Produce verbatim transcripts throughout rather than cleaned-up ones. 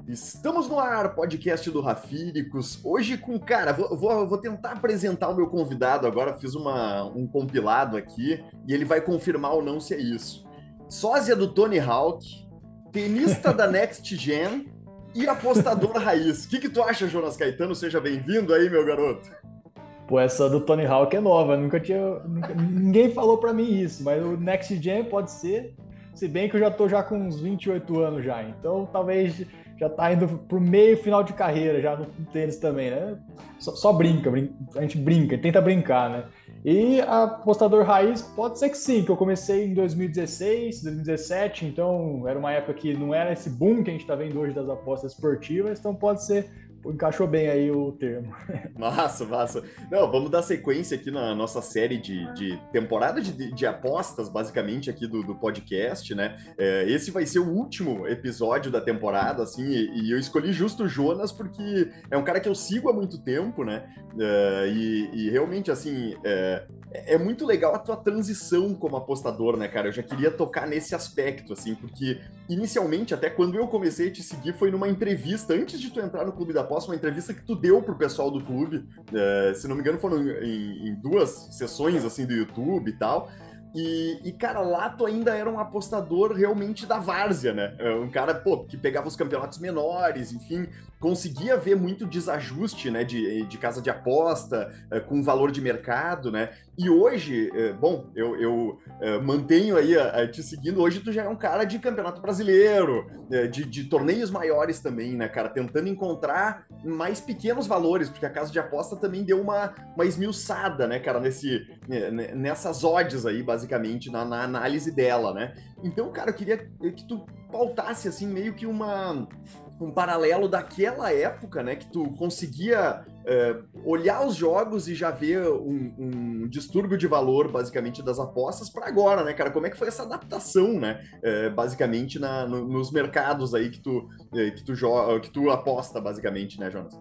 Estamos no ar, podcast do Rafíricos. Hoje com, cara, vou, vou, vou tentar apresentar o meu convidado agora, fiz uma, um compilado aqui e ele vai confirmar ou não se é isso. Sósia do Tony Hawk, tenista da Next Gen e apostador raiz. O que, que tu acha, Jonas Caetano? Seja bem-vindo aí, meu garoto. Pô, essa do Tony Hawk é nova, nunca tinha, nunca- ninguém falou pra mim isso, mas o Next Gen pode ser, se bem que eu já tô já com uns vinte e oito anos já, então talvez já tá indo pro meio final de carreira já no tênis também, né? Só, só brinca, brin- a gente brinca, tenta brincar, né? E a apostador raiz pode ser que sim, que eu comecei em dois mil e dezesseis, dois mil e dezessete, então era uma época que não era esse boom que a gente tá vendo hoje das apostas esportivas, então pode ser, encaixou bem aí o termo. Massa, massa. Não, vamos dar sequência aqui na nossa série de, de temporada de, de apostas, basicamente, aqui do, do podcast, né? É, esse vai ser o último episódio da temporada, assim, e, e eu escolhi justo o Jonas porque é um cara que eu sigo há muito tempo, né? É, e, e realmente, assim, é, é muito legal a tua transição como apostador, né, cara? Eu já queria tocar nesse aspecto, assim, porque inicialmente, até quando eu comecei a te seguir, foi numa entrevista, antes de tu entrar no Clube da Aposta, uma entrevista que tu deu pro pessoal do clube, é, se não me engano foram em, em duas sessões, assim, do YouTube e tal, e, e, cara, lá tu ainda era um apostador realmente da várzea, né? É, um cara, pô, que pegava os campeonatos menores, enfim, conseguia ver muito desajuste, né, de, de casa de aposta, é, com valor de mercado, né? E hoje, é, bom, eu, eu é, mantenho aí a, a te seguindo, hoje tu já é um cara de campeonato brasileiro, é, de, de torneios maiores também, né, cara? Tentando encontrar mais pequenos valores, porque a casa de aposta também deu uma, uma esmiuçada, né, cara, nesse, né, nessas odds aí, basicamente, na, na análise dela, né? Então, cara, eu queria que tu pautasse, assim, meio que uma um paralelo daquela época, né, que tu conseguia é, olhar os jogos e já ver um, um distúrbio de valor, basicamente, das apostas para agora, né, cara? Como é que foi essa adaptação, né, é, basicamente, na, no, nos mercados aí que tu, é, que, tu joga, que tu aposta, basicamente, né, Jonas?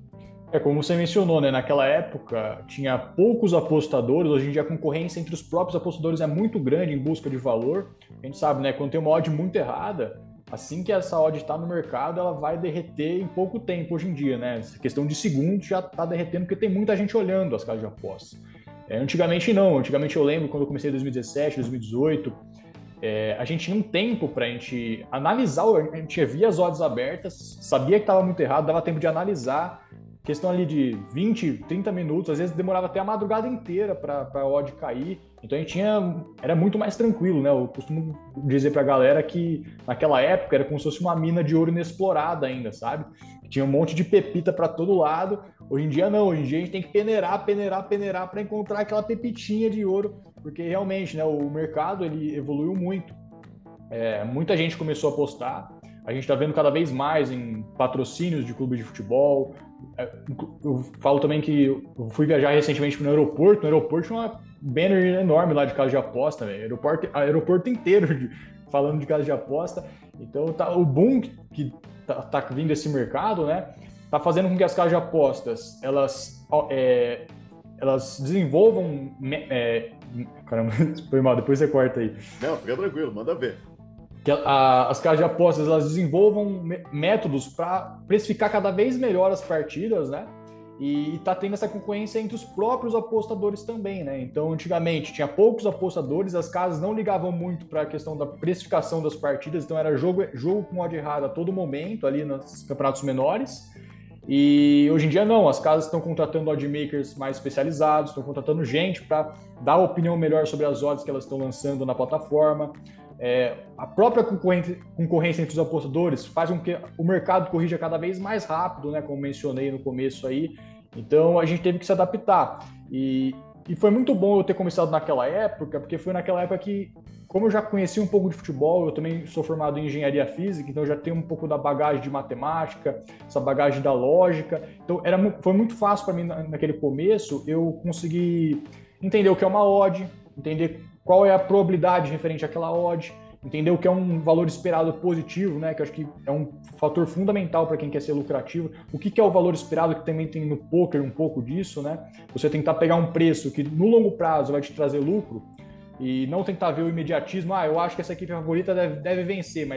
É como você mencionou, né? Naquela época tinha poucos apostadores, hoje em dia a concorrência entre os próprios apostadores é muito grande em busca de valor. A gente sabe, né? Quando tem uma odd muito errada, assim que essa odd está no mercado, ela vai derreter em pouco tempo hoje em dia, né? Essa questão de segundos já está derretendo porque tem muita gente olhando as casas de apostas. É, antigamente não, antigamente eu lembro quando eu comecei em dois mil e dezessete, dois mil e dezoito, é, a gente tinha um tempo para a gente analisar, a gente via as odds abertas, sabia que estava muito errado, dava tempo de analisar, questão ali de vinte, trinta minutos, às vezes demorava até a madrugada inteira para a odd cair, então a gente tinha, era muito mais tranquilo, né? Eu costumo dizer para a galera que naquela época era como se fosse uma mina de ouro inexplorada ainda, sabe? Tinha um monte de pepita para todo lado. Hoje em dia não, hoje em dia a gente tem que peneirar, peneirar, peneirar para encontrar aquela pepitinha de ouro, porque realmente, né, o mercado ele evoluiu muito. É, muita gente começou a apostar. A gente está vendo cada vez mais em patrocínios de clubes de futebol. É, eu falo também que eu fui viajar recentemente no aeroporto. No aeroporto tinha uma banner enorme lá de casa de aposta, velho. Aeroporto, aeroporto inteiro de, falando de casa de aposta. Então tá, o boom que tá, tá vindo esse mercado, né? Tá fazendo com que as casas de apostas elas, é, elas desenvolvam. É, caramba, foi mal, depois você corta aí Não, fica tranquilo, manda ver. que a, as casas de apostas elas desenvolvam métodos para precificar cada vez melhor as partidas, né? E está tendo essa concorrência entre os próprios apostadores também, né? Então, antigamente tinha poucos apostadores, as casas não ligavam muito para a questão da precificação das partidas, então era jogo, jogo com odd errada a todo momento ali nos campeonatos menores. E hoje em dia não, as casas estão contratando oddmakers mais especializados, estão contratando gente para dar opinião melhor sobre as odds que elas estão lançando na plataforma. É, a própria concorrência, concorrência entre os apostadores faz com que o mercado corrija cada vez mais rápido, né, como mencionei no começo aí. Então a gente teve que se adaptar. E, e foi muito bom eu ter começado naquela época, porque foi naquela época que, como eu já conhecia um pouco de futebol, eu também sou formado em engenharia física, então eu já tenho um pouco da bagagem de matemática, essa bagagem da lógica. Então era, foi muito fácil para mim naquele começo eu conseguir entender o que é uma odd, entender qual é a probabilidade referente àquela odd, entender o que é um valor esperado positivo, né, que eu acho que é um fator fundamental para quem quer ser lucrativo, o que, que é o valor esperado, que também tem no poker um pouco disso, né, você tentar pegar um preço que no longo prazo vai te trazer lucro e não tentar ver o imediatismo, ah, eu acho que essa equipe favorita deve, deve vencer, mas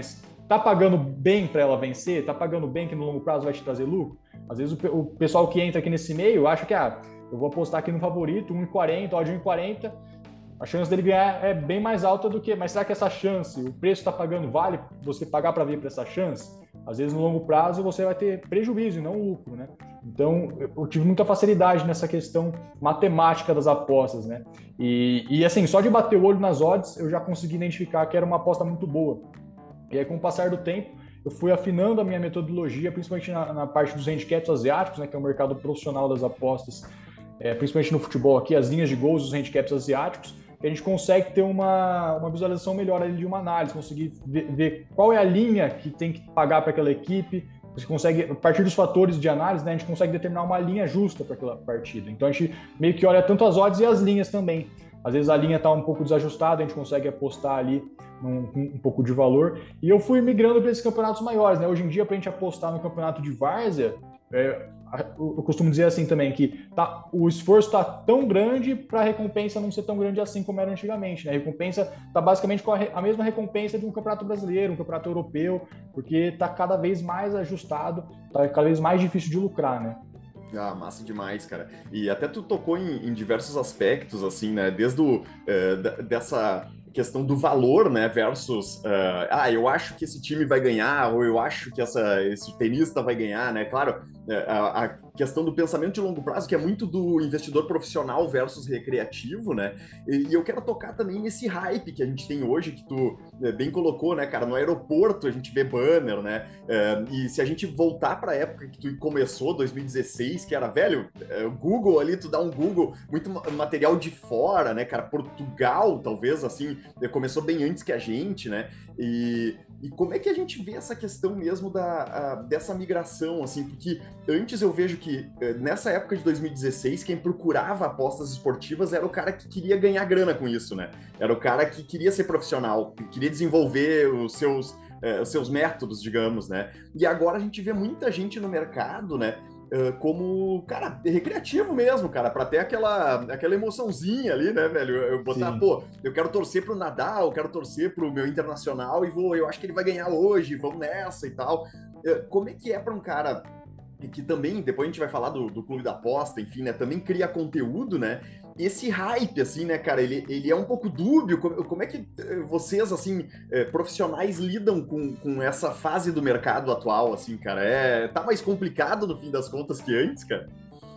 tá pagando bem para ela vencer? Tá pagando bem que no longo prazo vai te trazer lucro? Às vezes o, o pessoal que entra aqui nesse meio acha que, ah, eu vou apostar aqui no favorito, um e quarenta, odd um e quarenta, a chance dele ganhar é bem mais alta do que... Mas será que essa chance, o preço está pagando, vale você pagar para vir para essa chance? Às vezes, no longo prazo, você vai ter prejuízo e não lucro, né? Então, eu tive muita facilidade nessa questão matemática das apostas, né? E, e assim, só de bater o olho nas odds, eu já consegui identificar que era uma aposta muito boa. E aí, com o passar do tempo, eu fui afinando a minha metodologia, principalmente na, na parte dos handicaps asiáticos, né? Que é o mercado profissional das apostas, é, principalmente no futebol aqui, as linhas de gols dos handicaps asiáticos, que a gente consegue ter uma, uma visualização melhor ali de uma análise, conseguir ver, ver qual é a linha que tem que pagar para aquela equipe. Você consegue, a partir dos fatores de análise, né, a gente consegue determinar uma linha justa para aquela partida. Então a gente meio que olha tanto as odds e as linhas também. Às vezes a linha está um pouco desajustada, a gente consegue apostar ali um, um pouco de valor. E eu fui migrando para esses campeonatos maiores, né? Hoje em dia, para a gente apostar no campeonato de várzea, é, eu costumo dizer assim também, que tá, o esforço está tão grande para a recompensa não ser tão grande assim como era antigamente, né? A recompensa está basicamente com a, a mesma recompensa de um campeonato brasileiro, um campeonato europeu, porque está cada vez mais ajustado, está cada vez mais difícil de lucrar, né? Ah, massa demais, cara. E até tu tocou em, em diversos aspectos, assim, né? Desde o, uh, dessa questão do valor, né, versus, uh, ah, eu acho que esse time vai ganhar, ou eu acho que essa, esse tenista vai ganhar, né? Claro, a, a questão do pensamento de longo prazo, que é muito do investidor profissional versus recreativo, né? E, e eu quero tocar também nesse hype que a gente tem hoje, que tu né, bem colocou, né, cara? No aeroporto a gente vê banner, né? Uh, e se a gente voltar para a época que tu começou, dois mil e dezesseis, que era, velho, o Google ali, tu dá um Google, muito material de fora, né, cara? Portugal, talvez, assim, começou bem antes que a gente, né? E, e como é que a gente vê essa questão mesmo da, a, dessa migração, assim? Porque antes eu vejo que, nessa época de dois mil e dezesseis, quem procurava apostas esportivas era o cara que queria ganhar grana com isso, né? Era o cara que queria ser profissional, que queria desenvolver os seus, eh, os seus métodos, digamos, né? E agora a gente vê muita gente no mercado, né? Como, cara, recreativo mesmo, cara, para ter aquela, aquela emoçãozinha ali, né, velho? Eu botar, Sim. pô, eu quero torcer pro Nadal, eu quero torcer pro meu Internacional e vou, eu acho que ele vai ganhar hoje, vamos nessa e tal. Como é que é para um cara que também, depois a gente vai falar do, do clube da aposta, enfim, né, também cria conteúdo, né? Esse hype, assim, né, cara, ele, ele é um pouco dúbio. Como, como é que vocês, assim, profissionais lidam com, com essa fase do mercado atual, assim, cara? É, tá mais complicado, no fim das contas, que antes, cara?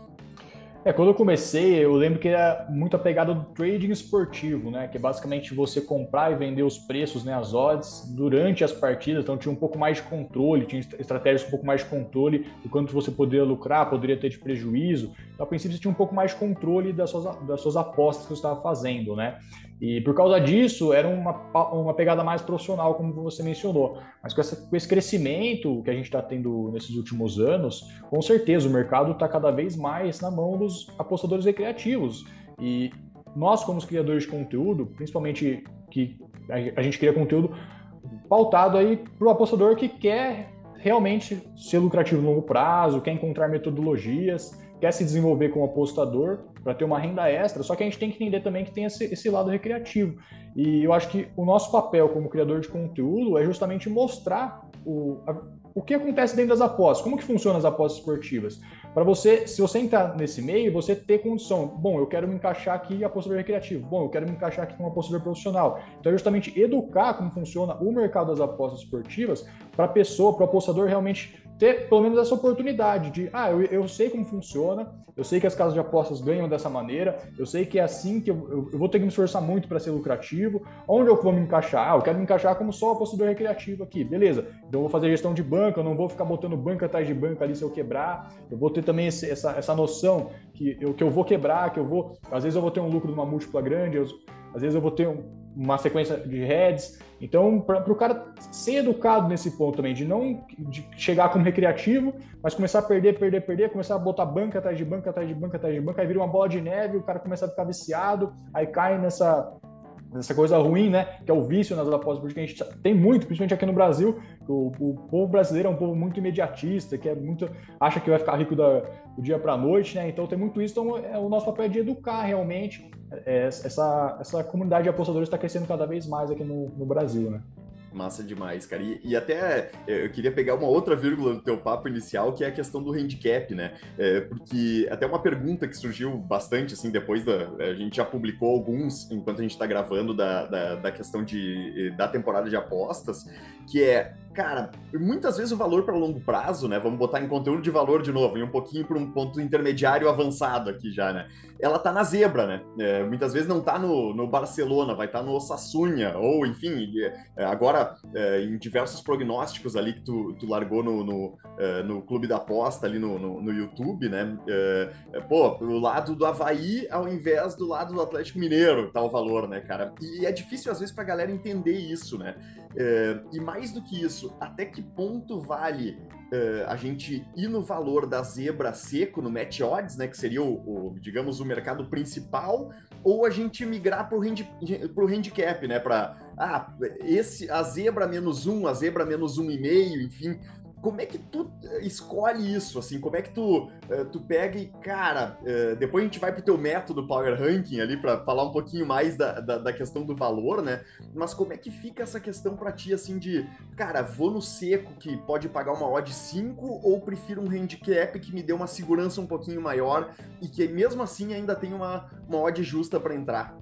É, quando eu comecei, eu lembro que era muito a pegada do trading esportivo, né? Que é basicamente você comprar e vender os preços, né? As odds durante as partidas, então tinha um pouco mais de controle, tinha estratégias um pouco mais de controle do quanto você poderia lucrar, poderia ter de prejuízo. Então, a princípio, você tinha um pouco mais de controle das suas, das suas apostas que você estava fazendo, né? E por causa disso, era uma, uma pegada mais profissional, como você mencionou. Mas com, essa, com esse crescimento que a gente está tendo nesses últimos anos, com certeza o mercado está cada vez mais na mão dos apostadores recreativos. E nós, como os criadores de conteúdo, principalmente que a gente cria conteúdo pautado aí para o apostador que quer realmente ser lucrativo no longo prazo, quer encontrar metodologias, quer se desenvolver como apostador para ter uma renda extra, só que a gente tem que entender também que tem esse, esse lado recreativo. E eu acho que o nosso papel como criador de conteúdo é justamente mostrar o, a, o que acontece dentro das apostas, como que funcionam as apostas esportivas. Para você, se você entrar nesse meio, você ter condição, bom, eu quero me encaixar aqui apostador recreativo, bom, eu quero me encaixar aqui como apostador profissional. Então é justamente educar como funciona o mercado das apostas esportivas para a pessoa, para o apostador realmente ter pelo menos essa oportunidade de, ah, eu, eu sei como funciona, eu sei que as casas de apostas ganham dessa maneira, eu sei que é assim que eu, eu, eu vou ter que me esforçar muito para ser lucrativo, onde eu vou me encaixar? Ah, eu quero me encaixar como só apostador recreativo aqui, beleza, então eu vou fazer gestão de banca, eu não vou ficar botando banca atrás de banca ali se eu quebrar, eu vou ter também esse, essa, essa noção que eu, que eu vou quebrar, que eu vou, às vezes eu vou ter um lucro de uma múltipla grande, eu, às vezes eu vou ter um, uma sequência de heads. Então, para o cara ser educado nesse ponto também, de não de chegar como recreativo, mas começar a perder, perder, perder, começar a botar banca atrás de banca, atrás de banca, atrás de banca, aí vira uma bola de neve, o cara começa a ficar viciado, aí cai nessa, nessa coisa ruim, né, que é o vício nas apostas, porque a gente tem muito, principalmente aqui no Brasil, o, o povo brasileiro é um povo muito imediatista, que é muito, acha que vai ficar rico da, do dia para a noite, né, então tem muito isso, então é, o nosso papel é de educar realmente. Essa, essa comunidade de apostadores está crescendo cada vez mais aqui no, no Brasil, né? Massa demais, cara. E, e até eu queria pegar uma outra vírgula do teu papo inicial, que é a questão do handicap, né? É, porque até uma pergunta que surgiu bastante, assim, depois da... A gente já publicou alguns, enquanto a gente está gravando, da, da, da questão de, da temporada de apostas, que é, cara, muitas vezes o valor para longo prazo, né? Vamos botar em conteúdo de valor de novo, e um pouquinho para um ponto intermediário avançado aqui já, né? Ela tá na zebra, né? É, muitas vezes não tá no, no Barcelona, vai estar tá no Osasuna, ou enfim, agora é, em diversos prognósticos ali que tu, tu largou no, no, é, no Clube da Aposta ali no, no, no YouTube, né? É, pô, o lado do Avaí ao invés do lado do Atlético Mineiro, tá o valor, né, cara? E é difícil às vezes pra galera entender isso, né? É, e mais do que isso, até que ponto vale Uh, a gente ir no valor da zebra seco, no match odds, né, que seria o, o digamos, o mercado principal, ou a gente migrar para o hand, handicap, né, para, ah, esse, a zebra menos um, a zebra menos um e meio, enfim. Como é que tu escolhe isso, assim, como é que tu, uh, tu pega e, cara, uh, depois a gente vai pro teu método Power Ranking ali para falar um pouquinho mais da, da, da questão do valor, né, mas como é que fica essa questão para ti, assim, de, cara, vou no seco que pode pagar uma odd cinco ou prefiro um handicap que me dê uma segurança um pouquinho maior e que mesmo assim ainda tem uma, uma odd justa para entrar?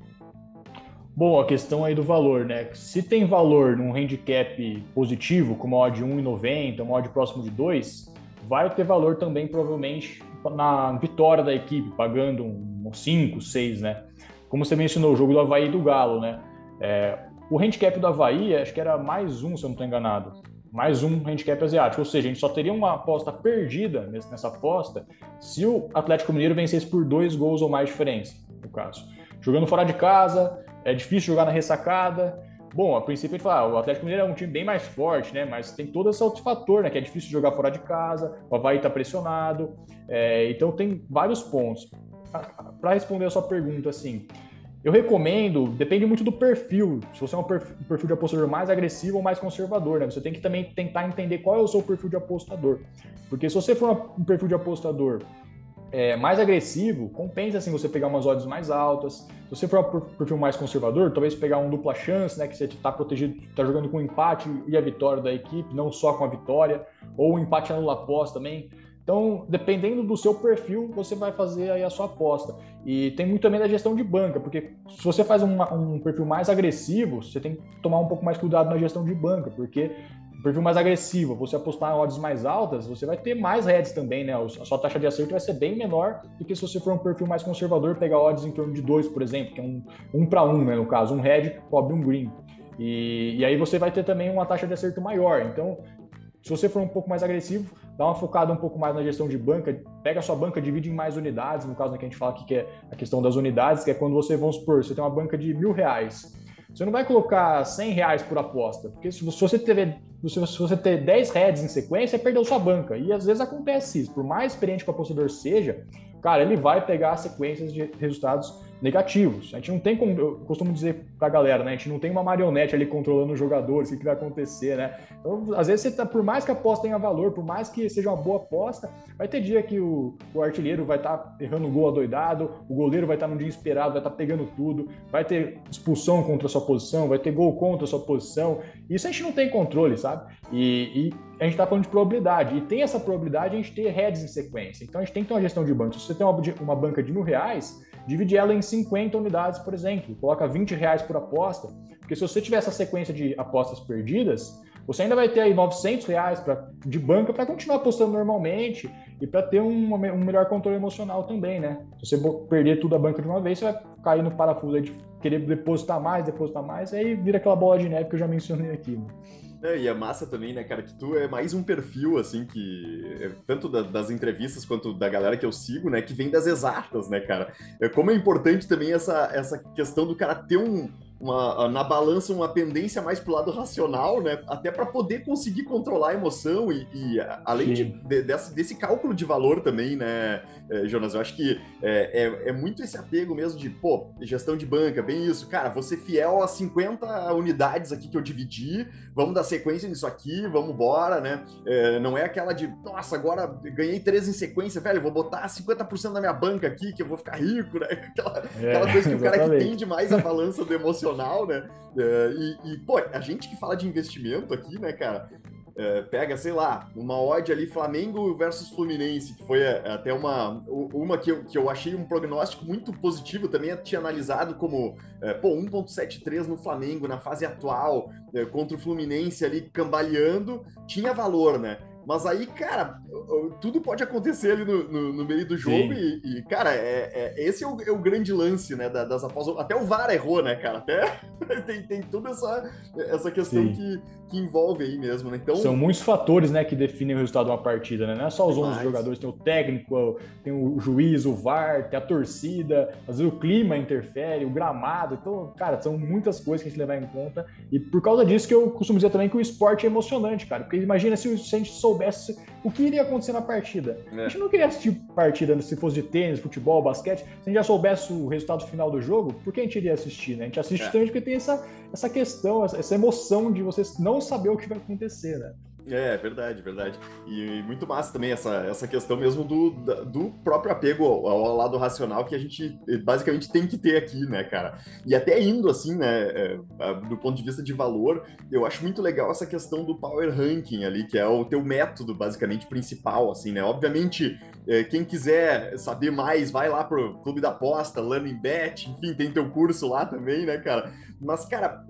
Bom, a questão aí do valor, né? Se tem valor num handicap positivo, como uma odd um e noventa, uma odd próximo de dois, vai ter valor também, provavelmente, na vitória da equipe, pagando um cinco, seis, né? Como você mencionou, o jogo do Avaí e do Galo, né? É, o handicap do Avaí, acho que era mais um, se eu não estou enganado. Mais um handicap asiático, ou seja, a gente só teria uma aposta perdida nessa aposta se o Atlético Mineiro vencesse por dois gols ou mais de diferença, no caso. Jogando fora de casa, é difícil jogar na ressacada. Bom, a princípio a gente fala, ah, o Atlético Mineiro é um time bem mais forte, né? Mas tem todo esse outro fator, né? Que é difícil jogar fora de casa, o Avaí está pressionado. É, então tem vários pontos. Para responder a sua pergunta, assim, eu recomendo, depende muito do perfil, se você é um perfil, um perfil de apostador mais agressivo ou mais conservador, né? Você tem que também tentar entender qual é o seu perfil de apostador. Porque se você for um perfil de apostador é, mais agressivo, compensa assim você pegar umas odds mais altas. Se você for um perfil mais conservador, talvez pegar um dupla chance, né, que você está protegido, está jogando com o empate e a vitória da equipe, não só com a vitória, ou o empate anula após também. Então, dependendo do seu perfil, você vai fazer aí a sua aposta. E tem muito também da gestão de banca, porque se você faz uma, um perfil mais agressivo, você tem que tomar um pouco mais cuidado na gestão de banca, porque um perfil mais agressivo, você apostar em odds mais altas, você vai ter mais heads também, né? A sua taxa de acerto vai ser bem menor do que se você for um perfil mais conservador, pegar odds em torno de dois, por exemplo, que é um um para um, né? No caso, um head cobre um green. E, e aí você vai ter também uma taxa de acerto maior. Então, se você for um pouco mais agressivo, dá uma focada um pouco mais na gestão de banca, pega a sua banca, divide em mais unidades, no caso né, que a gente fala aqui que é a questão das unidades, que é quando você, vamos supor, você tem uma banca de mil reais. Você não vai colocar cem reais por aposta, porque se você ter, se você ter dez heads em sequência, você perdeu sua banca. E às vezes acontece isso. Por mais experiente que o apostador seja, cara, ele vai pegar sequências de resultados negativos. A gente não tem como, eu costumo dizer pra galera, né? A gente não tem uma marionete ali controlando os jogadores, o que vai acontecer, né? Então, às vezes, você tá, por mais que a aposta tenha valor, por mais que seja uma boa aposta, vai ter dia que o, o artilheiro vai estar tá errando um gol adoidado, o goleiro vai estar tá num dia inspirado, vai estar tá pegando tudo, vai ter expulsão contra a sua posição, vai ter gol contra a sua posição. Isso a gente não tem controle, sabe? E, e a gente está falando de probabilidade. E tem essa probabilidade a gente ter heads em sequência. Então, a gente tem que ter uma gestão de banco. Se você tem uma, uma banca de mil reais, divide ela em cinquenta unidades, por exemplo. Coloca vinte reais por aposta. Porque se você tiver essa sequência de apostas perdidas, você ainda vai ter aí novecentos reais pra, de banca para continuar apostando normalmente e para ter um, um melhor controle emocional também, né? Se você perder tudo a banca de uma vez, você vai cair no parafuso aí de querer depositar mais, depositar mais, aí vira aquela bola de neve que eu já mencionei aqui. Né? É, e é massa também, né, cara, que tu é mais um perfil, assim, que tanto da, das entrevistas quanto da galera que eu sigo, né, que vem das exatas, né, cara. É, como é importante também essa, essa questão do cara ter um, uma, na balança uma pendência mais pro lado racional, né, até para poder conseguir controlar a emoção e, e além de, de, desse, desse cálculo de valor também, né, Jonas, eu acho que é, é, é muito esse apego mesmo de, pô, gestão de banca, bem isso, cara, vou ser fiel a cinquenta unidades aqui que eu dividi, vamos dar sequência nisso aqui, vamos embora, né? É, não é aquela de, nossa, agora ganhei três em sequência, velho, vou botar cinquenta por cento da minha banca aqui que eu vou ficar rico, né? Aquela, é, aquela coisa que o cara que tende mais a balança do emocional racional, né? Uh, e, e, pô, a gente que fala de investimento aqui, né, cara? Uh, pega, sei lá, uma odd ali, Flamengo versus Fluminense, que foi uh, até uma, uma que, eu, que eu achei um prognóstico muito positivo, também tinha analisado como, uh, pô, um ponto setenta e três no Flamengo, na fase atual, uh, contra o Fluminense ali cambaleando, tinha valor, né? Mas aí, cara, tudo pode acontecer ali no, no, no meio do jogo e, e, cara, é, é, esse é o, é o grande lance, né, das apostas. Até o V A R errou, né, cara? Até tem, tem toda essa, essa questão que, que envolve aí mesmo, né? Então, são muitos fatores, né, que definem o resultado de uma partida, né? Não é só os onze jogadores, tem o técnico, tem o juiz, o V A R, tem a torcida, às vezes o clima interfere, o gramado. Então, cara, são muitas coisas que a gente levar em conta. E por causa disso que eu costumo dizer também que o esporte é emocionante, cara. Porque imagina se, se a gente soubesse o que iria acontecer na partida. É. A gente não queria assistir partida se fosse de tênis, futebol, basquete. Se a gente já soubesse o resultado final do jogo, por que a gente iria assistir, né? A gente assiste é. também porque tem essa, essa questão, essa, essa emoção de você não saber o que vai acontecer, né? É, verdade, verdade. E muito massa também essa, essa questão mesmo do, do próprio apego ao, ao lado racional que a gente basicamente tem que ter aqui, né, cara? E até indo assim, né, é, do ponto de vista de valor, eu acho muito legal essa questão do Power Ranking ali, que é o teu método basicamente principal, assim, né? Obviamente, é, quem quiser saber mais, vai lá pro Clube da Aposta, Learning Bet, enfim, tem teu curso lá também, né, cara? Mas, cara,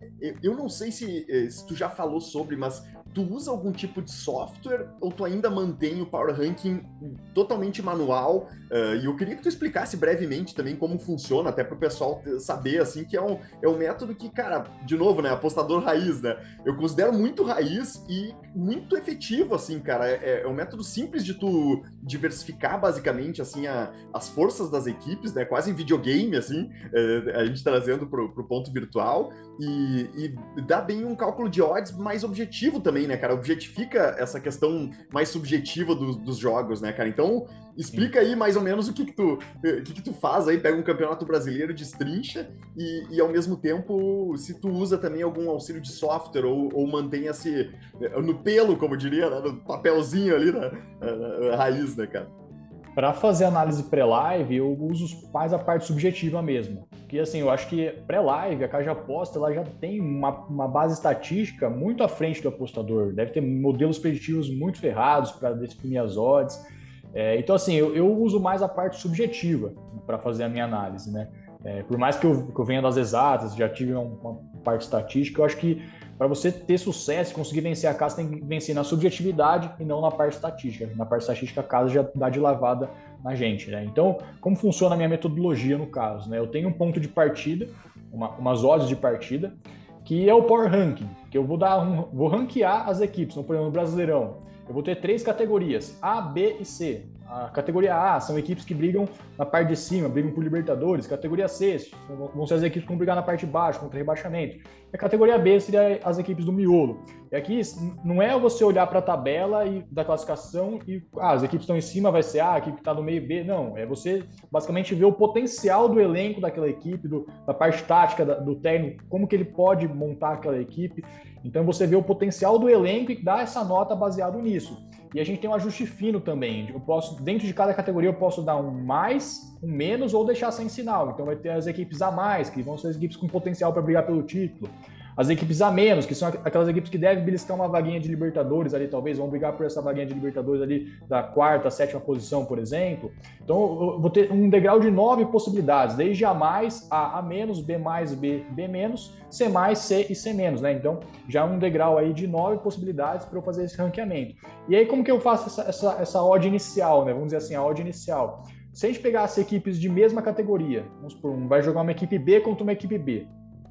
eu não sei se, se tu já falou sobre, mas tu usa algum tipo de software ou tu ainda mantém o Power Ranking totalmente manual? Uh, e eu queria que tu explicasse brevemente também como funciona, até para o pessoal saber, assim, que é um, é um método que, cara, de novo, né, apostador raiz, né? Eu considero muito raiz e muito efetivo, assim, cara. É, é um método simples de tu diversificar, basicamente, assim, a, as forças das equipes, né? Quase em videogame, assim, é, a gente trazendo pro, pro ponto virtual e, e dá bem um cálculo de odds mais objetivo também, né, cara? Objetifica essa questão mais subjetiva do, dos jogos, né, cara? Então, explica aí mais ou menos o que que tu, o que que tu faz aí, pega um campeonato brasileiro, destrincha e, e ao mesmo tempo, se tu usa também algum auxílio de software ou, ou mantenha-se no pelo, como diria, né, no papelzinho ali na, na, na raiz, né, cara? Para fazer análise pré-live, eu uso mais a parte subjetiva mesmo. Porque, assim, eu acho que pré-live, a casa de aposta, ela já tem uma, uma base estatística muito à frente do apostador. Deve ter modelos preditivos muito ferrados para definir as odds. É, então, assim, eu, eu uso mais a parte subjetiva para fazer a minha análise, né? É, por mais que eu, que eu venha das exatas, já tive uma, uma parte estatística, eu acho que para você ter sucesso e conseguir vencer a casa, tem que vencer na subjetividade e não na parte estatística. Na parte estatística, a casa já dá de lavada na gente, né? Então, como funciona a minha metodologia no caso, né? Eu tenho um ponto de partida, uma, umas odds de partida, que é o Power Ranking, que eu vou dar um, vou ranquear as equipes. Então, por exemplo, no Brasileirão, eu vou ter três categorias, A, B e C. A categoria A são equipes que brigam na parte de cima, brigam por Libertadores. Categoria C vão ser as equipes que vão brigar na parte de baixo, contra rebaixamento. E a categoria B seria as equipes do miolo. E aqui não é você olhar para a tabela e, da classificação e ah, as equipes estão em cima, vai ser A, a equipe que está no meio B. Não, é você basicamente ver o potencial do elenco daquela equipe, do, da parte tática da, do técnico, como que ele pode montar aquela equipe. Então você vê o potencial do elenco e dá essa nota baseado nisso. E a gente tem um ajuste fino também. Eu posso, dentro de cada categoria eu posso dar um mais, um menos ou deixar sem sinal. Então vai ter as equipes a mais, que vão ser as equipes com potencial para brigar pelo título. As equipes a menos, que são aquelas equipes que devem beliscar uma vaguinha de Libertadores ali, talvez, vão brigar por essa vaguinha de Libertadores ali da quarta, sétima posição, por exemplo. Então eu vou ter um degrau de nove possibilidades, desde A mais, A, A menos, B mais, B, B menos, C mais, C e C menos, né? Então já um degrau aí de nove possibilidades para eu fazer esse ranqueamento. E aí como que eu faço essa, essa, essa odd inicial, né? Vamos dizer assim, a odd inicial. Se a gente pegasse equipes de mesma categoria, vamos supor, vai jogar uma equipe B contra uma equipe B.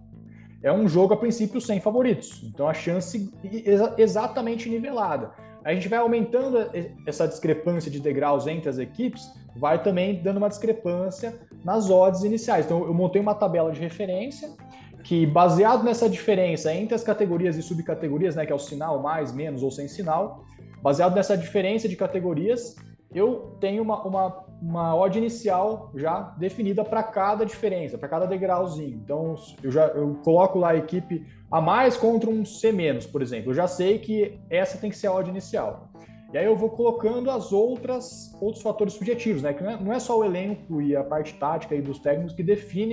É um jogo, a princípio, sem favoritos. Então, a chance exa- exatamente nivelada. A gente vai aumentando essa discrepância de degraus entre as equipes, vai também dando uma discrepância nas odds iniciais. Então, eu montei uma tabela de referência que, baseado nessa diferença entre as categorias e subcategorias, né, que é o sinal mais, menos ou sem sinal, baseado nessa diferença de categorias, eu tenho uma, uma, uma odd inicial já definida para cada diferença, para cada degrauzinho. Então, eu já eu coloco lá a equipe a mais contra um C menos, por exemplo. Eu já sei que essa tem que ser a odd inicial. E aí eu vou colocando as outras outros fatores subjetivos, né? Que não é, não é só o elenco e a parte tática e dos técnicos que definem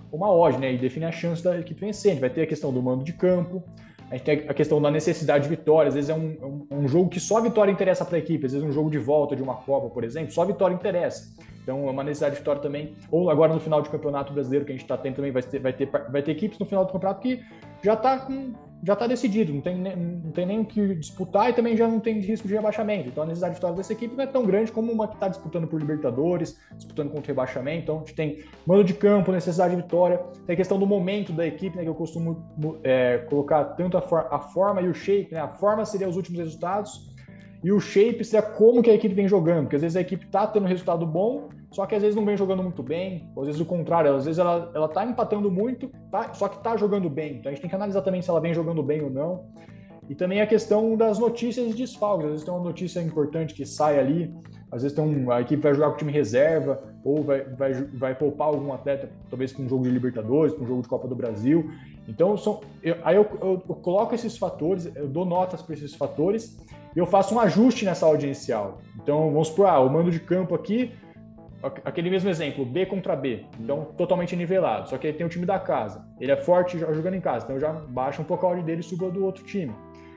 uma odd, né? E define a chance da equipe vencer. A gente vai ter a questão do mando de campo, a gente tem a questão da necessidade de vitória. Às vezes é um, um, um jogo que só a vitória interessa para a equipe. Às vezes um jogo de volta de uma Copa, por exemplo, só a vitória interessa. Então é uma necessidade de vitória também. Ou agora no final de campeonato brasileiro que a gente está tendo também, vai ter, vai, ter, vai ter equipes no final do campeonato que já está com... já está decidido, não tem, não tem nem o que disputar e também já não tem risco de rebaixamento. Então a necessidade de vitória dessa equipe não é tão grande como uma que está disputando por Libertadores, disputando contra o rebaixamento. Então a gente tem mando de campo, necessidade de vitória, tem a questão do momento da equipe, né, que eu costumo é, colocar tanto a, for a forma e o shape, né? A forma seria os últimos resultados e o shape seria como que a equipe vem jogando, porque às vezes a equipe está tendo resultado bom, só que às vezes não vem jogando muito bem, ou às vezes o contrário, às vezes ela, ela tá empatando muito, tá, só que tá jogando bem. Então a gente tem que analisar também se ela vem jogando bem ou não. E também a questão das notícias de desfalques. Às vezes tem uma notícia importante que sai ali, às vezes tem um, a equipe vai jogar com o time reserva, ou vai, vai, vai poupar algum atleta, talvez para um jogo de Libertadores, para um jogo de Copa do Brasil. Então, são, eu, aí eu, eu, eu coloco esses fatores, eu dou notas para esses fatores, e eu faço um ajuste nessa odd inicial. Então, vamos supor, ah, o mando de campo aqui, aquele mesmo exemplo, B contra B, então totalmente nivelado, só que ele tem o time da casa, ele é forte jogando em casa, então eu já baixo um pouco a odd dele e subo a do outro time.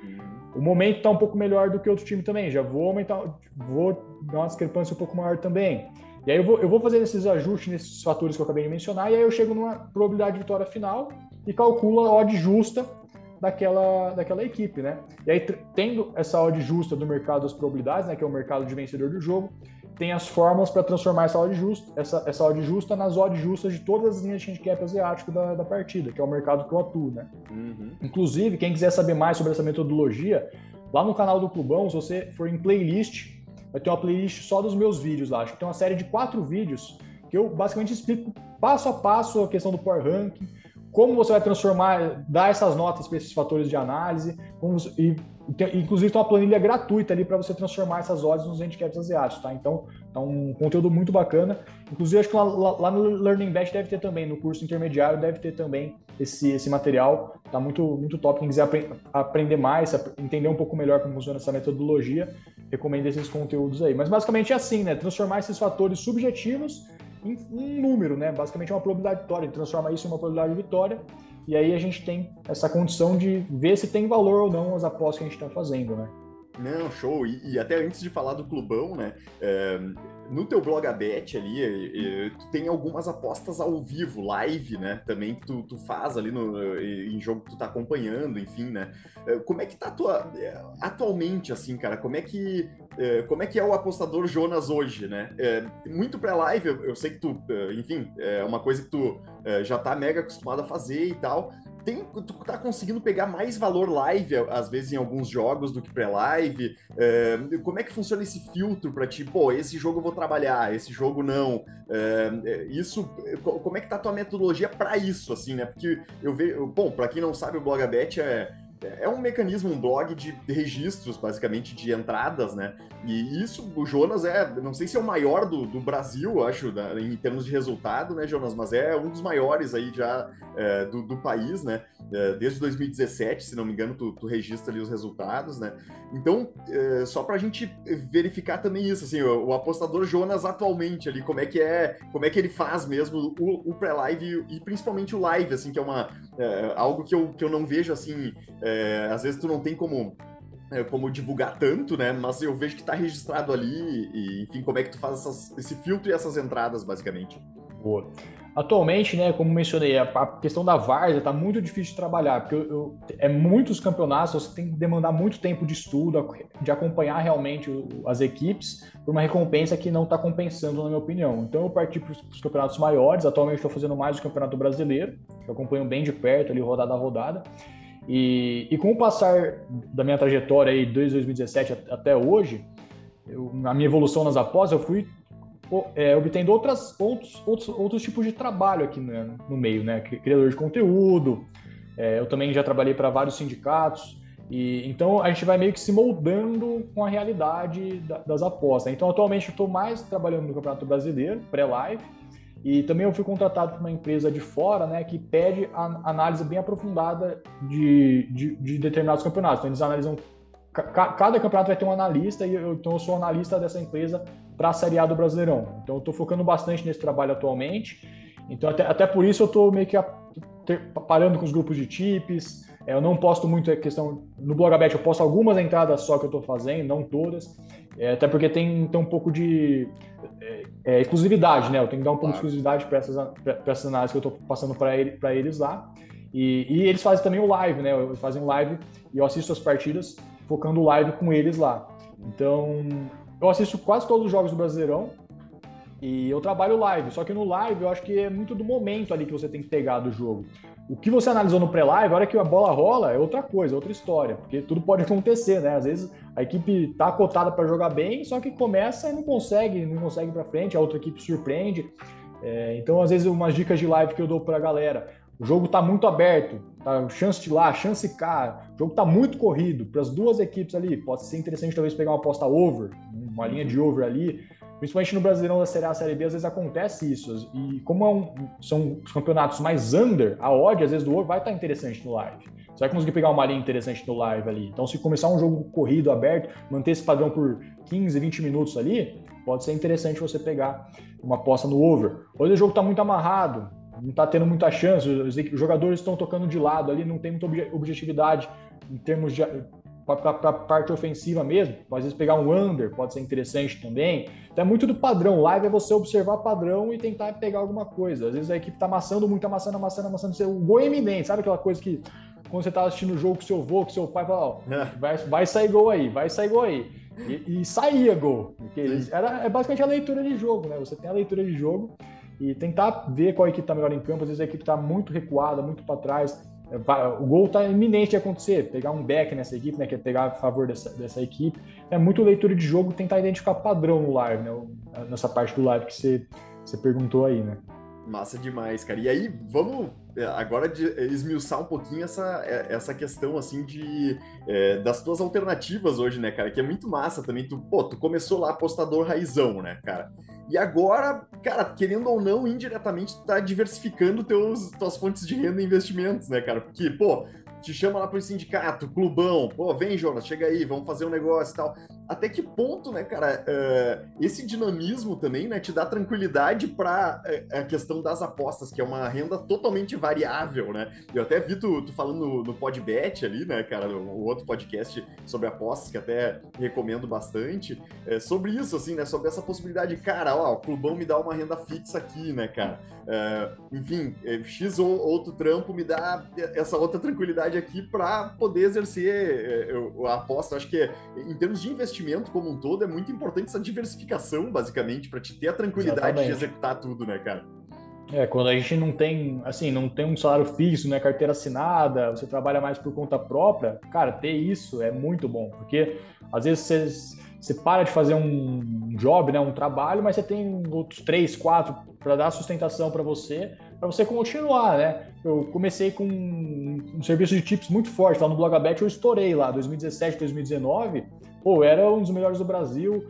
O momento está um pouco melhor do que o outro time também, já vou aumentar, vou dar uma discrepância um pouco maior também. E aí eu vou, eu vou fazer esses ajustes nesses fatores que eu acabei de mencionar, e aí eu chego numa probabilidade de vitória final e calculo a odd justa daquela, daquela equipe, né? E aí, tendo essa odd justa do mercado das probabilidades, né, que é o mercado de vencedor do jogo, tem as fórmulas para transformar essa odd justa, essa, essa odd justa nas odds justas de todas as linhas de handicap asiático da, da partida, que é o mercado que eu atuo, né? Uhum. Inclusive, quem quiser saber mais sobre essa metodologia, lá no canal do Clubão, se você for em playlist, vai ter uma playlist só dos meus vídeos lá. Acho que tem uma série de quatro vídeos que eu basicamente explico passo a passo a questão do Power Ranking, como você vai transformar, dar essas notas para esses fatores de análise, como, e tem, inclusive tem uma planilha gratuita ali para você transformar essas odds nos handicaps asiáticos, tá? Então, é um conteúdo muito bacana. Inclusive, acho que lá, lá no Learning Bet deve ter também, no curso intermediário deve ter também esse, esse material. Tá muito, muito top. Quem quiser apre aprender mais, entender um pouco melhor como funciona essa metodologia, recomendo esses conteúdos aí. Mas basicamente é assim, né? Transformar esses fatores subjetivos em um número, né? Basicamente é uma probabilidade de vitória, ele transforma isso em uma probabilidade de vitória, e aí a gente tem essa condição de ver se tem valor ou não as apostas que a gente está fazendo, né? Não, show. E, e até antes de falar do Clubão, né? É, no teu Blogabet ali, é, é, tu tem algumas apostas ao vivo, live, né? Também que tu, tu faz ali no, em jogo que tu tá acompanhando, enfim, né? É, como é que tá a tua, atualmente, assim, cara? Como é que é, como é que é o apostador Jonas hoje, né? É, muito pré-live, eu, eu sei que tu, enfim, é uma coisa que tu é, já tá mega acostumado a fazer e tal. Tem, tu tá conseguindo pegar mais valor live, às vezes, em alguns jogos do que pré-live? É, como é que funciona esse filtro para ti? Pô, esse jogo eu vou trabalhar, esse jogo não. É, isso, como é que tá a tua metodologia para isso, assim, né? Porque eu vejo, bom, para quem não sabe, o Blogabet é É um mecanismo, um blog de registros, basicamente, de entradas, né? E isso, o Jonas é, não sei se é o maior do, do Brasil, acho, da, em termos de resultado, né, Jonas? Mas é um dos maiores aí já é, do, do país, né? É, desde dois mil e dezessete, se não me engano, tu, tu registra ali os resultados, né? Então, é, só pra gente verificar também isso, assim, o, o apostador Jonas atualmente ali, como é que é, como é que ele faz mesmo o, o pré-live e principalmente o live, assim, que é uma, é, algo que eu, que eu não vejo, assim, É, às vezes tu não tem como, é, como divulgar tanto, né? Mas eu vejo que tá registrado ali e, enfim, como é que tu faz essas, esse filtro e essas entradas, basicamente. Boa. Atualmente, né, como mencionei, a, a questão da várzea tá muito difícil de trabalhar, porque eu, eu, é muitos campeonatos, você tem que demandar muito tempo de estudo, de acompanhar realmente o, as equipes, por uma recompensa que não está compensando, na minha opinião. Então eu parti para os campeonatos maiores, atualmente estou fazendo mais o Campeonato Brasileiro, que eu acompanho bem de perto, ali, rodada a rodada. E, e com o passar da minha trajetória aí, desde dois mil e dezessete até hoje, eu, na minha evolução nas apostas, eu fui é, obtendo outras, outros, outros, outros tipos de trabalho aqui no, no meio, né? Criador de conteúdo, é, eu também já trabalhei para vários sindicatos, e então a gente vai meio que se moldando com a realidade da, das apostas. Então, atualmente, eu estou mais trabalhando no Campeonato Brasileiro, pré-live, e também eu fui contratado por uma empresa de fora, né, que pede a análise bem aprofundada de, de, de determinados campeonatos. Então, eles analisam... Ca, cada campeonato vai ter um analista, e eu, então eu sou analista dessa empresa para a Série A do Brasileirão. Então, eu estou focando bastante nesse trabalho atualmente. Então, até, até por isso eu estou meio que a, ter, parando com os grupos de tips. É, eu não posto muito a questão... No Blogabet eu posto algumas entradas só que eu estou fazendo, não todas. É, até porque tem, tem um pouco de é, é, exclusividade, né? Eu tenho que dar um pouco claro. de exclusividade para essas, essas análises que eu estou passando para ele, eles lá. E, e eles fazem também o live, né? Eles fazem live e eu assisto as partidas focando live com eles lá. Então, eu assisto quase todos os jogos do Brasileirão e eu trabalho live. Só que no live eu acho que é muito do momento ali que você tem que pegar do jogo. O que você analisou no pré-live, a hora que a bola rola, é outra coisa, outra história. Porque tudo pode acontecer, né? Às vezes a equipe tá cotada para jogar bem, só que começa e não consegue, não consegue para frente, a outra equipe surpreende. É, então, às vezes, umas dicas de live que eu dou para a galera. O jogo tá muito aberto, tá? Chance de lá, chance cá. O jogo tá muito corrido para as duas equipes ali. Pode ser interessante talvez pegar uma aposta over, uma linha de over ali. Principalmente no Brasileirão da Série A, Série B, às vezes acontece isso. E como é um, são os campeonatos mais under, a odd, às vezes, do over vai estar interessante no live. Você vai conseguir pegar uma linha interessante no live ali. Então, se começar um jogo corrido, aberto, manter esse padrão por quinze, vinte minutos ali, pode ser interessante você pegar uma aposta no over. Hoje o jogo está muito amarrado, não está tendo muita chance, os jogadores estão tocando de lado ali, não tem muita objetividade em termos de... para a parte ofensiva mesmo, às vezes pegar um under pode ser interessante também. Então é muito do padrão. Live é você observar padrão e tentar pegar alguma coisa. Às vezes a equipe está amassando muito, amassando, amassando, amassando. O gol é iminente, sabe aquela coisa que quando você está assistindo o jogo com seu avô, com seu pai, fala, ó, vai, vai sair gol aí, vai sair gol aí. E, e saía gol. Porque era, é basicamente a leitura de jogo, né? Você tem a leitura de jogo e tentar ver qual equipe está melhor em campo. Às vezes a equipe está muito recuada, muito para trás. O gol está iminente de acontecer, pegar um back nessa equipe, né, que é pegar a favor dessa, dessa equipe. É muito leitura de jogo, tentar identificar padrão no live, né, nessa parte do live que você, você perguntou aí, né. Massa demais, cara. E aí, vamos agora de esmiuçar um pouquinho essa, essa questão, assim, de, é, das tuas alternativas hoje, né, cara? Que é muito massa também. Tu, pô, tu começou lá apostador raizão, né, cara? E agora, cara, querendo ou não, indiretamente, tu tá diversificando teus, tuas fontes de renda e investimentos, né, cara? Porque, pô, te chama lá pro sindicato, clubão, pô, vem, Jonas, chega aí, vamos fazer um negócio e tal. Até que ponto, né, cara, uh, esse dinamismo também, né, te dá tranquilidade para uh, a questão das apostas, que é uma renda totalmente variável, né? Eu até vi tu, tu falando no, no Podbet ali, né, cara, o outro podcast sobre apostas, que até recomendo bastante, é, sobre isso, assim, né, sobre essa possibilidade, cara, ó, o clubão me dá uma renda fixa aqui, né, cara? Uh, enfim, X ou outro trampo me dá essa outra tranquilidade aqui para poder exercer uh, a aposta. Acho que em termos de investimento como um todo, é muito importante essa diversificação, basicamente, para te ter a tranquilidade Exatamente. de executar tudo, né, cara? É, quando a gente não tem, assim, não tem um salário fixo, né, carteira assinada, você trabalha mais por conta própria, cara, ter isso é muito bom, porque às vezes você, você para de fazer um job, né, um trabalho, mas você tem outros três, quatro para dar sustentação para você, para você continuar, né? Eu comecei com um serviço de tips muito forte, lá no Blogabet eu estourei lá, dois mil e dezessete, dois mil e dezenove, pô, era um dos melhores do Brasil,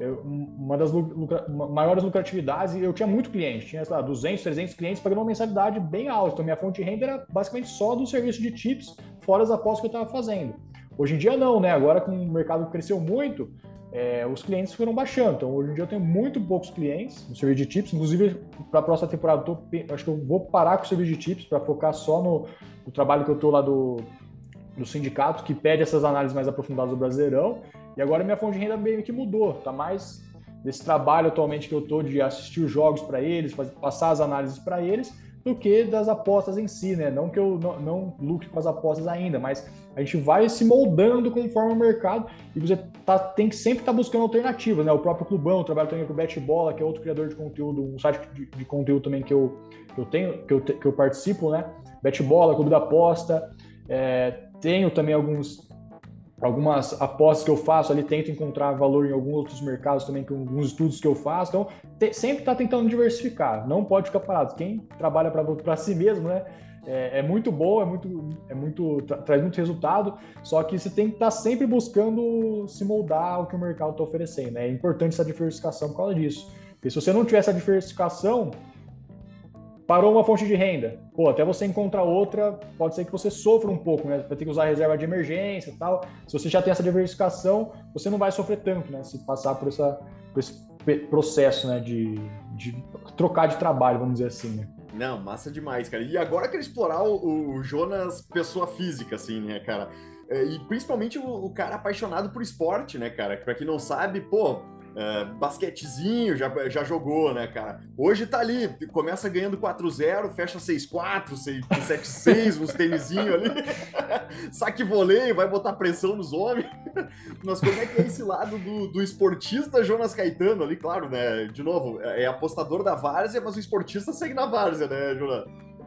uma das lucra... maiores lucratividades, e eu tinha muito cliente, tinha, sei lá, duzentos, trezentos clientes pagando uma mensalidade bem alta, então minha fonte de renda era basicamente só do serviço de tips, fora as apostas que eu estava fazendo. Hoje em dia não, né? Agora que o mercado cresceu muito, é, os clientes foram baixando, então hoje em dia eu tenho muito poucos clientes no serviço de tips, inclusive para a próxima temporada, eu tô, acho que eu vou parar com o serviço de tips para focar só no, no trabalho que eu estou lá do, do sindicato, que pede essas análises mais aprofundadas do Brasileirão. E agora minha fonte de renda meio que mudou, tá mais desse trabalho atualmente que eu tô de assistir os jogos para eles, fazer, passar as análises para eles, do que das apostas em si, né? Não que eu não, não lucre com as apostas ainda, mas a gente vai se moldando conforme o mercado e você tá, tem que sempre estar tá buscando alternativas, né? O próprio Clubão, eu trabalho também com o Betbola, que é outro criador de conteúdo, um site de, de conteúdo também que eu, que eu tenho, que eu, que eu participo, né? Betbola, Clube da Aposta, é, tenho também alguns algumas apostas que eu faço ali, tento encontrar valor em alguns outros mercados também, com alguns estudos que eu faço, então te, sempre está tentando diversificar, não pode ficar parado. Quem trabalha para si mesmo, né, é, é muito bom, é muito, é muito, tra, traz muito resultado, só que você tem que estar tá sempre buscando se moldar ao que o mercado está oferecendo, né? É importante essa diversificação por causa disso, porque se você não tiver essa diversificação, parou uma fonte de renda, pô, até você encontrar outra, pode ser que você sofra um pouco, né? Vai ter que usar reserva de emergência e tal. Se você já tem essa diversificação, você não vai sofrer tanto, né? Se passar por, essa, por esse processo, né? De, de trocar de trabalho, vamos dizer assim, né? Não, massa demais, cara. E agora eu quero explorar o, o Jonas pessoa física, assim, né, cara? É, e principalmente o, o cara apaixonado por esporte, né, cara? Pra quem não sabe, pô, é, basquetezinho já, já jogou, né, cara? Hoje tá ali, começa ganhando quatro a zero, fecha seis a quatro, sete a seis, uns tênisinho ali, saque voleio, vai botar pressão nos homens. Mas como é que é esse lado do, do esportista Jonas Caetano ali? Claro, né? De novo, é apostador da várzea, mas o esportista segue na várzea, né, Jonas?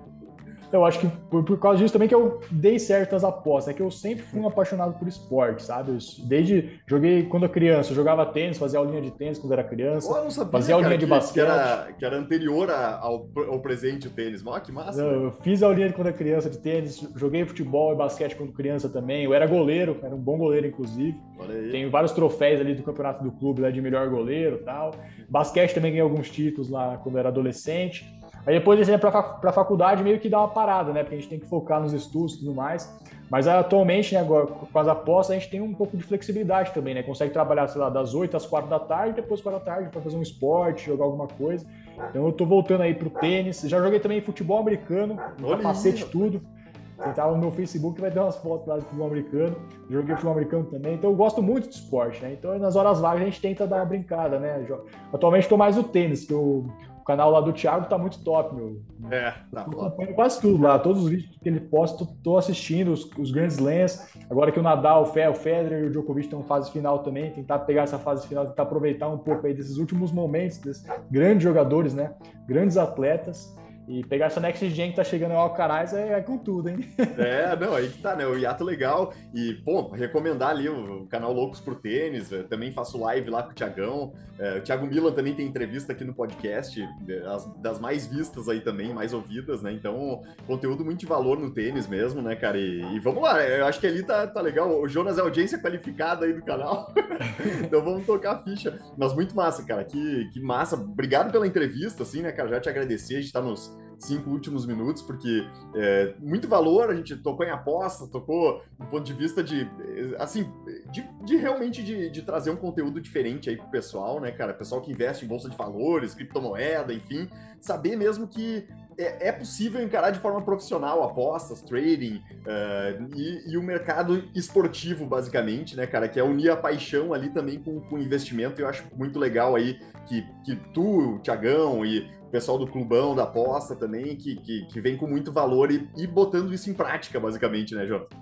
Eu acho que por, por causa disso também que eu dei certo nas apostas, é que eu sempre fui um apaixonado por esporte, sabe? Eu, desde, joguei quando eu criança, eu jogava tênis, fazia aulinha de tênis quando era criança, Oh, eu não sabia, fazia aulinha cara, de que, basquete. que, era, que era anterior a, ao, ao presente o tênis. Oh, que massa, eu, eu fiz aulinha quando era criança de tênis, joguei futebol e basquete quando criança também, eu era goleiro, era um bom goleiro inclusive. Tenho vários troféus ali do campeonato do clube, lá de melhor goleiro e tal. Basquete também ganhei alguns títulos lá quando eu era adolescente. Aí depois a gente para a faculdade meio que dá uma parada, né? Porque a gente tem que focar nos estudos e tudo mais. Mas atualmente, né, agora, com as apostas, a gente tem um pouco de flexibilidade também, né? Consegue trabalhar, sei lá, das oito às quatro da tarde, depois quatro da tarde para fazer um esporte, jogar alguma coisa. Então eu tô voltando aí pro tênis. Já joguei também futebol americano, um capacete tudo. Você tá no meu Facebook, vai ter umas fotos lá de futebol americano. Joguei futebol americano também. Então eu gosto muito de esporte, né? Então nas horas vagas a gente tenta dar uma brincada, né? Atualmente estou mais no tênis, que eu... O canal lá do Thiago tá muito top, meu. É, tá eu acompanho quase tudo lá, todos os vídeos que ele posta, tô, tô assistindo os, os grandes slams. Agora que o Nadal, o Federer e o Djokovic estão em fase final também, tentar pegar essa fase final, tentar aproveitar um pouco aí desses últimos momentos, desses grandes jogadores, né? Grandes atletas. E pegar essa Next Gen que tá chegando ao Alcaraz é, é com tudo, hein? É, não, aí que tá, né? O hiato legal. E, pô, recomendar ali o, o canal Loucos por Tênis. Eu também faço live lá com o Thiagão. É, o Thiago Milan também tem entrevista aqui no podcast, as, das mais vistas aí também, mais ouvidas, né? Então, conteúdo muito de valor no tênis mesmo, né, cara? E, e vamos lá, eu acho que ali tá, tá legal. O Jonas é audiência qualificada aí do canal. Então vamos tocar a ficha. Mas muito massa, cara. Que, que massa. Obrigado pela entrevista, assim, né, cara? Já te agradecer. A gente tá nos cinco últimos minutos, porque é, muito valor, a gente tocou em aposta, tocou do ponto de vista de, assim, de, de realmente de, de trazer um conteúdo diferente aí pro pessoal, né, cara? Pessoal que investe em bolsa de valores, criptomoeda, enfim, saber mesmo que é, é possível encarar de forma profissional apostas, trading uh, e, e o mercado esportivo, basicamente, né, cara? Que é unir a paixão ali também com o investimento. Eu acho muito legal aí que, que tu, o Thiagão e o pessoal do Clubão, da aposta também, que, que, que vem com muito valor e, e botando isso em prática, basicamente, né, Jota?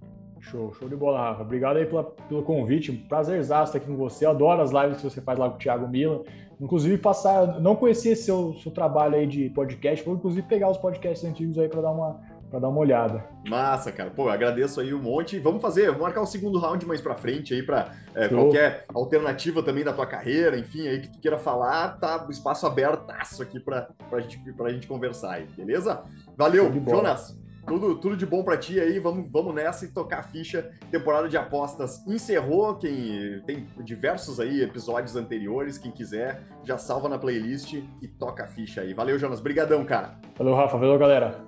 Show, show de bola, Rafa. Obrigado aí pela, pelo convite. Prazerzaço estar aqui com você. Eu adoro as lives que você faz lá com o Thiago Milan. Inclusive, passar. Não conhecia seu, seu trabalho aí de podcast, vou inclusive pegar os podcasts antigos aí para dar uma. Para dar uma olhada. Massa, cara. Pô, agradeço aí um monte. Vamos fazer, vamos marcar o segundo round mais pra frente aí para é, qualquer alternativa também da tua carreira, enfim, aí que tu queira falar, tá o espaço abertaço aqui pra, pra, gente, pra gente conversar aí, beleza? Valeu, Jonas. Tudo, tudo de bom pra ti aí, vamos, vamos nessa e tocar a ficha. Temporada de apostas encerrou, quem tem diversos aí episódios anteriores, quem quiser, já salva na playlist e toca a ficha aí. Valeu, Jonas. Brigadão, cara. Valeu, Rafa. Valeu, galera.